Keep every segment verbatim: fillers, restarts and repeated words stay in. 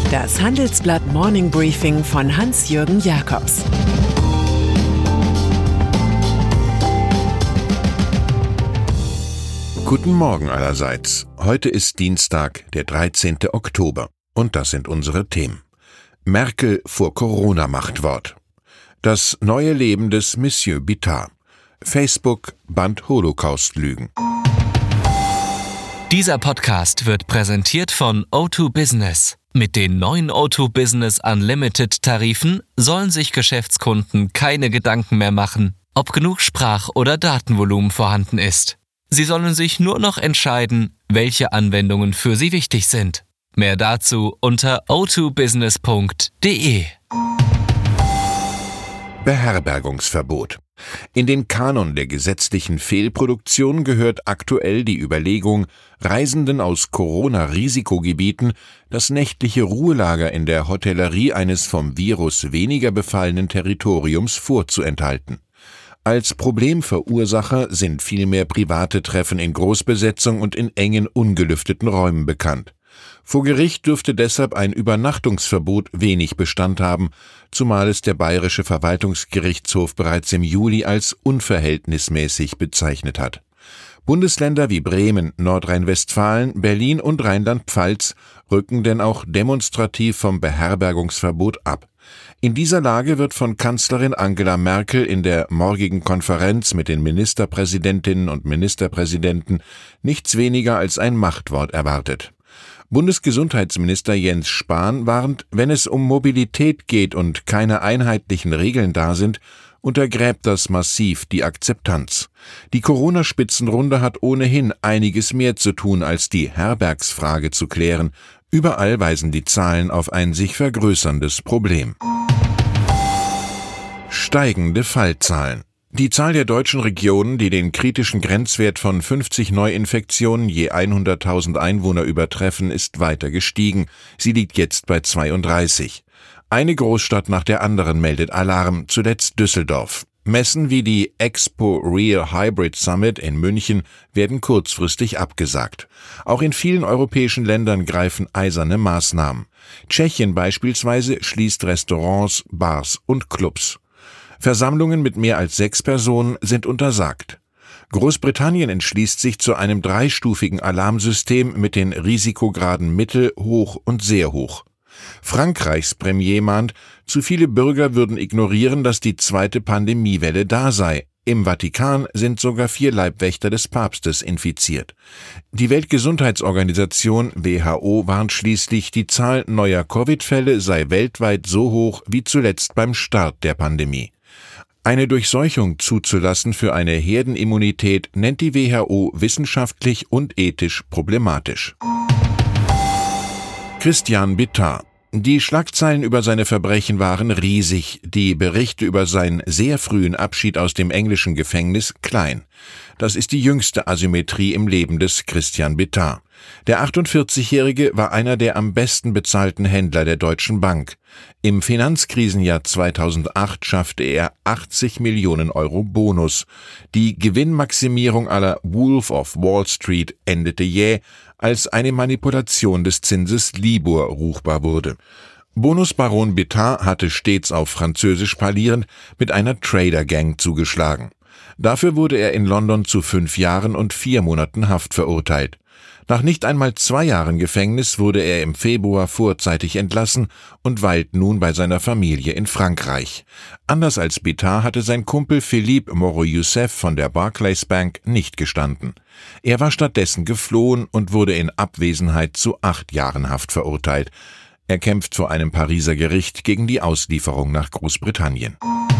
Das Handelsblatt Morning Briefing von Hans-Jürgen Jakobs. Guten Morgen allerseits. Heute ist Dienstag, der dreizehnte Oktober. Und das sind unsere Themen. Merkel vor Corona-Machtwort. Das neue Leben des Monsieur Bittard. Facebook bannt Holocaust-Lügen. Dieser Podcast wird präsentiert von O zwei Business. Mit den neuen O zwei Business Unlimited Tarifen sollen sich Geschäftskunden keine Gedanken mehr machen, ob genug Sprach- oder Datenvolumen vorhanden ist. Sie sollen sich nur noch entscheiden, welche Anwendungen für sie wichtig sind. Mehr dazu unter o zwei business punkt de. Beherbergungsverbot. In den Kanon der gesetzlichen Fehlproduktion gehört aktuell die Überlegung, Reisenden aus Corona-Risikogebieten das nächtliche Ruhelager in der Hotellerie eines vom Virus weniger befallenen Territoriums vorzuenthalten. Als Problemverursacher sind vielmehr private Treffen in Großbesetzung und in engen, ungelüfteten Räumen bekannt. Vor Gericht dürfte deshalb ein Übernachtungsverbot wenig Bestand haben, zumal es der Bayerische Verwaltungsgerichtshof bereits im Juli als unverhältnismäßig bezeichnet hat. Bundesländer wie Bremen, Nordrhein-Westfalen, Berlin und Rheinland-Pfalz rücken denn auch demonstrativ vom Beherbergungsverbot ab. In dieser Lage wird von Kanzlerin Angela Merkel in der morgigen Konferenz mit den Ministerpräsidentinnen und Ministerpräsidenten nichts weniger als ein Machtwort erwartet. Bundesgesundheitsminister Jens Spahn warnt, wenn es um Mobilität geht und keine einheitlichen Regeln da sind, untergräbt das massiv die Akzeptanz. Die Corona-Spitzenrunde hat ohnehin einiges mehr zu tun, als die Herbergsfrage zu klären. Überall weisen die Zahlen auf ein sich vergrößerndes Problem. Steigende Fallzahlen. Die Zahl der deutschen Regionen, die den kritischen Grenzwert von fünfzig Neuinfektionen je hunderttausend Einwohner übertreffen, ist weiter gestiegen. Sie liegt jetzt bei zweiunddreißig. Eine Großstadt nach der anderen meldet Alarm, zuletzt Düsseldorf. Messen wie die Expo Real Hybrid Summit in München werden kurzfristig abgesagt. Auch in vielen europäischen Ländern greifen eiserne Maßnahmen. Tschechien beispielsweise schließt Restaurants, Bars und Clubs. Versammlungen mit mehr als sechs Personen sind untersagt. Großbritannien entschließt sich zu einem dreistufigen Alarmsystem mit den Risikograden mittel, hoch und sehr hoch. Frankreichs Premier mahnt, zu viele Bürger würden ignorieren, dass die zweite Pandemiewelle da sei. Im Vatikan sind sogar vier Leibwächter des Papstes infiziert. Die Weltgesundheitsorganisation W H O warnt schließlich, die Zahl neuer Covid-Fälle sei weltweit so hoch wie zuletzt beim Start der Pandemie. Eine Durchseuchung zuzulassen für eine Herdenimmunität nennt die W H O wissenschaftlich und ethisch problematisch. Christian Bittard. Die Schlagzeilen über seine Verbrechen waren riesig, die Berichte über seinen sehr frühen Abschied aus dem englischen Gefängnis klein. Das ist die jüngste Asymmetrie im Leben des Christian Bittard. Der achtundvierzigjährige war einer der am besten bezahlten Händler der Deutschen Bank. Im Finanzkrisenjahr zweitausendacht schaffte er achtzig Millionen Euro Bonus. Die Gewinnmaximierung à la Wolf of Wall Street endete jäh, als eine Manipulation des Zinses Libor ruchbar wurde. Bonusbaron Bittard hatte stets auf Französisch parlierend mit einer Trader-Gang zugeschlagen. Dafür wurde er in London zu fünf Jahren und vier Monaten Haft verurteilt. Nach nicht einmal zwei Jahren Gefängnis wurde er im Februar vorzeitig entlassen und weilt nun bei seiner Familie in Frankreich. Anders als Bittard hatte sein Kumpel Philippe Moreau-Youssef von der Barclays Bank nicht gestanden. Er war stattdessen geflohen und wurde in Abwesenheit zu acht Jahren Haft verurteilt. Er kämpft vor einem Pariser Gericht gegen die Auslieferung nach Großbritannien.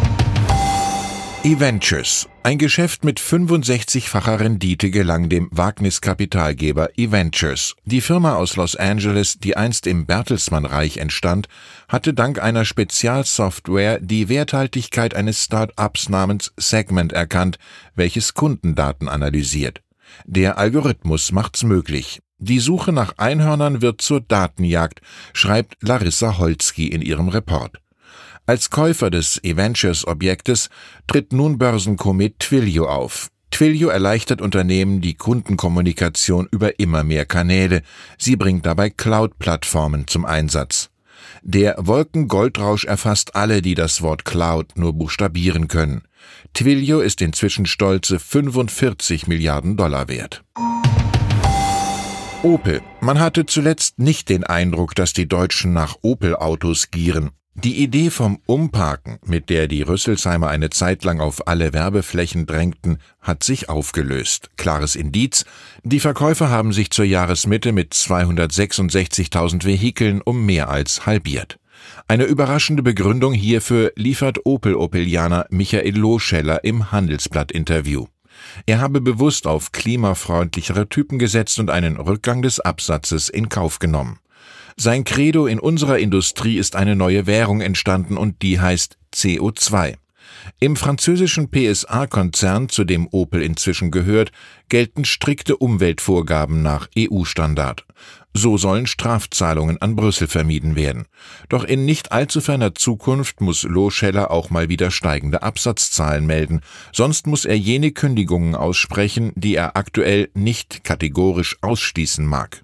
eVentures. Ein Geschäft mit fünfundsechzigfacher Rendite gelang dem Wagniskapitalgeber eVentures. Die Firma aus Los Angeles, die einst im Bertelsmann-Reich entstand, hatte dank einer Spezialsoftware die Werthaltigkeit eines Start-ups namens Segment erkannt, welches Kundendaten analysiert. Der Algorithmus macht's möglich. Die Suche nach Einhörnern wird zur Datenjagd, schreibt Larissa Holzki in ihrem Report. Als Käufer des eVentures-Objektes tritt nun Börsenkomet Twilio auf. Twilio erleichtert Unternehmen die Kundenkommunikation über immer mehr Kanäle. Sie bringt dabei Cloud-Plattformen zum Einsatz. Der Wolkengoldrausch erfasst alle, die das Wort Cloud nur buchstabieren können. Twilio ist inzwischen stolze fünfundvierzig Milliarden Dollar wert. Opel. Man hatte zuletzt nicht den Eindruck, dass die Deutschen nach Opel-Autos gieren. Die Idee vom Umparken, mit der die Rüsselsheimer eine Zeit lang auf alle Werbeflächen drängten, hat sich aufgelöst. Klares Indiz: Die Verkäufer haben sich zur Jahresmitte mit zweihundertsechsundsechzigtausend Vehikeln um mehr als halbiert. Eine überraschende Begründung hierfür liefert Opel-Opelianer Michael Loscheller im Handelsblatt-Interview. Er habe bewusst auf klimafreundlichere Typen gesetzt und einen Rückgang des Absatzes in Kauf genommen. Sein Credo: In unserer Industrie ist eine neue Währung entstanden und die heißt C O zwei. Im französischen P S A-Konzern, zu dem Opel inzwischen gehört, gelten strikte Umweltvorgaben nach E U-Standard. So sollen Strafzahlungen an Brüssel vermieden werden. Doch in nicht allzu ferner Zukunft muss Loscheller auch mal wieder steigende Absatzzahlen melden, sonst muss er jene Kündigungen aussprechen, die er aktuell nicht kategorisch ausschließen mag.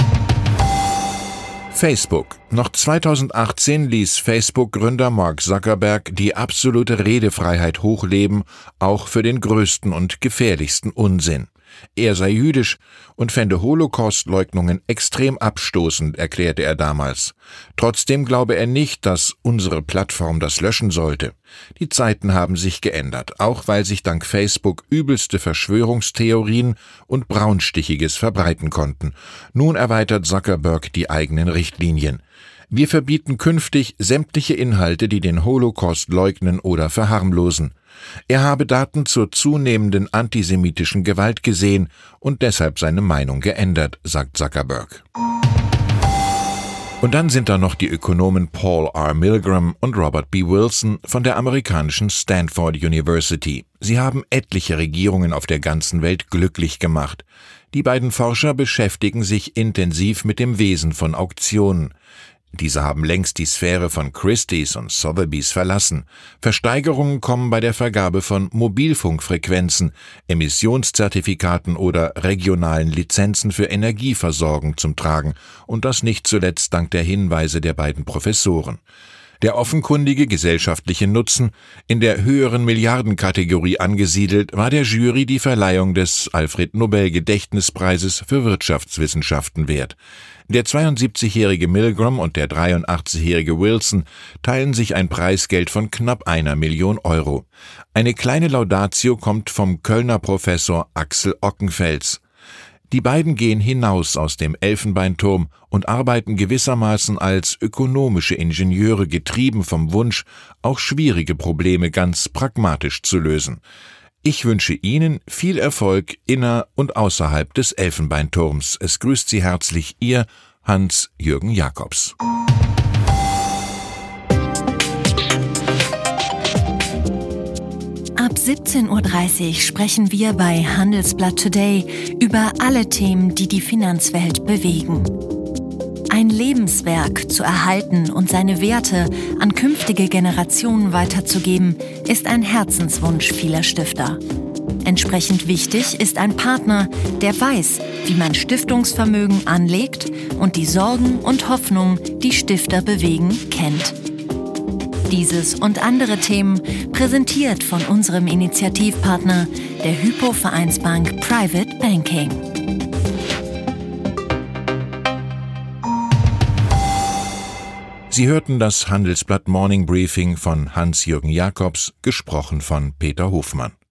Facebook. Noch zweitausendachtzehn ließ Facebook-Gründer Mark Zuckerberg die absolute Redefreiheit hochleben, auch für den größten und gefährlichsten Unsinn. Er sei jüdisch und fände Holocaust-Leugnungen extrem abstoßend, erklärte er damals. Trotzdem glaube er nicht, dass unsere Plattform das löschen sollte. Die Zeiten haben sich geändert, auch weil sich dank Facebook übelste Verschwörungstheorien und Braunstichiges verbreiten konnten. Nun erweitert Zuckerberg die eigenen Richtlinien. Wir verbieten künftig sämtliche Inhalte, die den Holocaust leugnen oder verharmlosen. Er habe Daten zur zunehmenden antisemitischen Gewalt gesehen und deshalb seine Meinung geändert, sagt Zuckerberg. Und dann sind da noch die Ökonomen Paul R. Milgram und Robert B. Wilson von der amerikanischen Stanford University. Sie haben etliche Regierungen auf der ganzen Welt glücklich gemacht. Die beiden Forscher beschäftigen sich intensiv mit dem Wesen von Auktionen. Diese haben längst die Sphäre von Christie's und Sotheby's verlassen. Versteigerungen kommen bei der Vergabe von Mobilfunkfrequenzen, Emissionszertifikaten oder regionalen Lizenzen für Energieversorgung zum Tragen, und das nicht zuletzt dank der Hinweise der beiden Professoren. Der offenkundige gesellschaftliche Nutzen, in der höheren Milliardenkategorie angesiedelt, war der Jury die Verleihung des Alfred-Nobel-Gedächtnispreises für Wirtschaftswissenschaften wert. Der zweiundsiebzigjährige Milgram und der dreiundachtzig-jährige Wilson teilen sich ein Preisgeld von knapp einer Million Euro. Eine kleine Laudatio kommt vom Kölner Professor Axel Ockenfels. Die beiden gehen hinaus aus dem Elfenbeinturm und arbeiten gewissermaßen als ökonomische Ingenieure, getrieben vom Wunsch, auch schwierige Probleme ganz pragmatisch zu lösen. Ich wünsche Ihnen viel Erfolg inner- und außerhalb des Elfenbeinturms. Es grüßt Sie herzlich Ihr Hans-Jürgen Jakobs. Ab siebzehn Uhr dreißig sprechen wir bei Handelsblatt Today über alle Themen, die die Finanzwelt bewegen. Ein Lebenswerk zu erhalten und seine Werte an künftige Generationen weiterzugeben, ist ein Herzenswunsch vieler Stifter. Entsprechend wichtig ist ein Partner, der weiß, wie man Stiftungsvermögen anlegt und die Sorgen und Hoffnungen, die Stifter bewegen, kennt. Dieses und andere Themen präsentiert von unserem Initiativpartner, der Hypo Vereinsbank Private Banking. Sie hörten das Handelsblatt Morning Briefing von Hans-Jürgen Jakobs, gesprochen von Peter Hofmann.